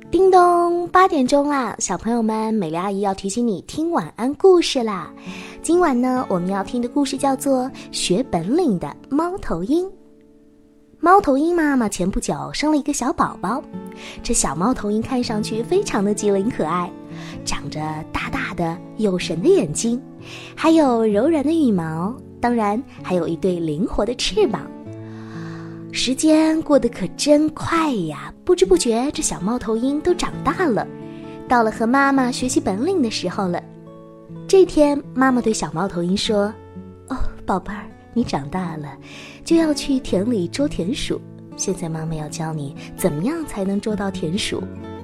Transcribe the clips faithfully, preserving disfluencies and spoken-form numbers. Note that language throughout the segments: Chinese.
叮咚，八点钟啦！小朋友们，美丽阿姨要提醒你听晚安故事啦。今晚呢，我们要听的故事叫做《学本领的猫头鹰》。猫头鹰妈妈前不久生了一个小宝宝，这小猫头鹰看上去非常的机灵可爱，长着大大的有神的眼睛，还有柔软的羽毛，当然还有一对灵活的翅膀。时间过得可真快呀，不知不觉这小猫头鹰都长大了，到了和妈妈学习本领的时候了。这天，妈妈对小猫头鹰说：哦，宝贝儿，你长大了，就要去田里捉田鼠，现在妈妈要教你怎么样才能捉到田鼠。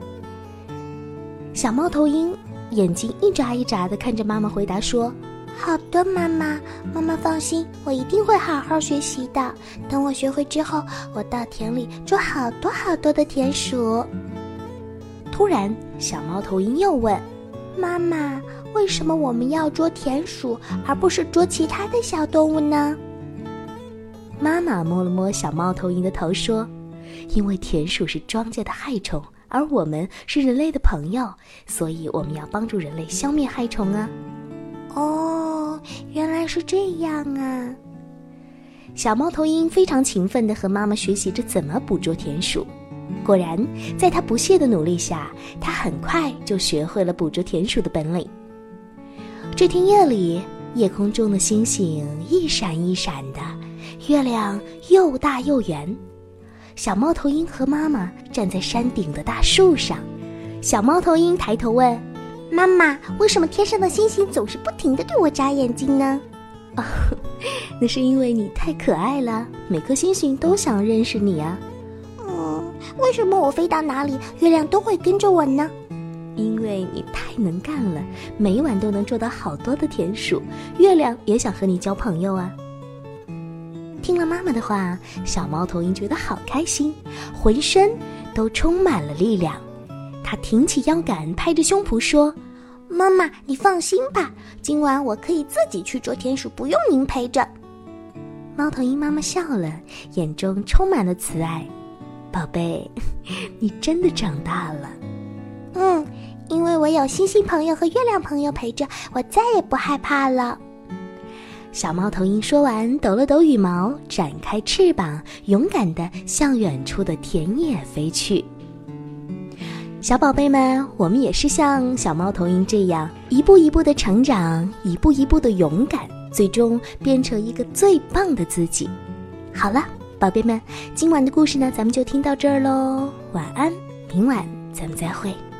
小猫头鹰眼睛一眨一眨地看着妈妈回答说：好的，妈妈，妈妈放心，我一定会好好学习的。等我学会之后，我到田里捉好多好多的田鼠。突然，小猫头鹰又问：妈妈，为什么我们要捉田鼠，而不是捉其他的小动物呢？妈妈摸了摸小猫头鹰的头说：因为田鼠是庄稼的害虫，而我们是人类的朋友，所以我们要帮助人类消灭害虫啊。哦，原来是这样啊！小猫头鹰非常勤奋地和妈妈学习着怎么捕捉田鼠。果然，在它不懈的努力下，它很快就学会了捕捉田鼠的本领。这天夜里，夜空中的星星一闪一闪的，月亮又大又圆。小猫头鹰和妈妈站在山顶的大树上，小猫头鹰抬头问：妈妈，为什么天上的星星总是不停地对我眨眼睛呢？哦，那是因为你太可爱了，每颗星星都想认识你啊。嗯，为什么我飞到哪里，月亮都会跟着我呢？因为你太能干了，每晚都能捉到好多的田鼠，月亮也想和你交朋友啊。听了妈妈的话，小猫头鹰觉得好开心，浑身都充满了力量。他挺起腰杆，拍着胸脯说：妈妈，你放心吧，今晚我可以自己去捉田鼠，不用您陪着。猫头鹰妈妈笑了，眼中充满了慈爱。宝贝，你真的长大了。嗯，因为我有星星朋友和月亮朋友陪着，我再也不害怕了。小猫头鹰说完，抖了抖羽毛，展开翅膀，勇敢地向远处的田野飞去。小宝贝们，我们也是像小猫头鹰这样一步一步的成长，一步一步的勇敢，最终变成一个最棒的自己。好了，宝贝们，今晚的故事呢，咱们就听到这儿咯。晚安，明晚咱们再会。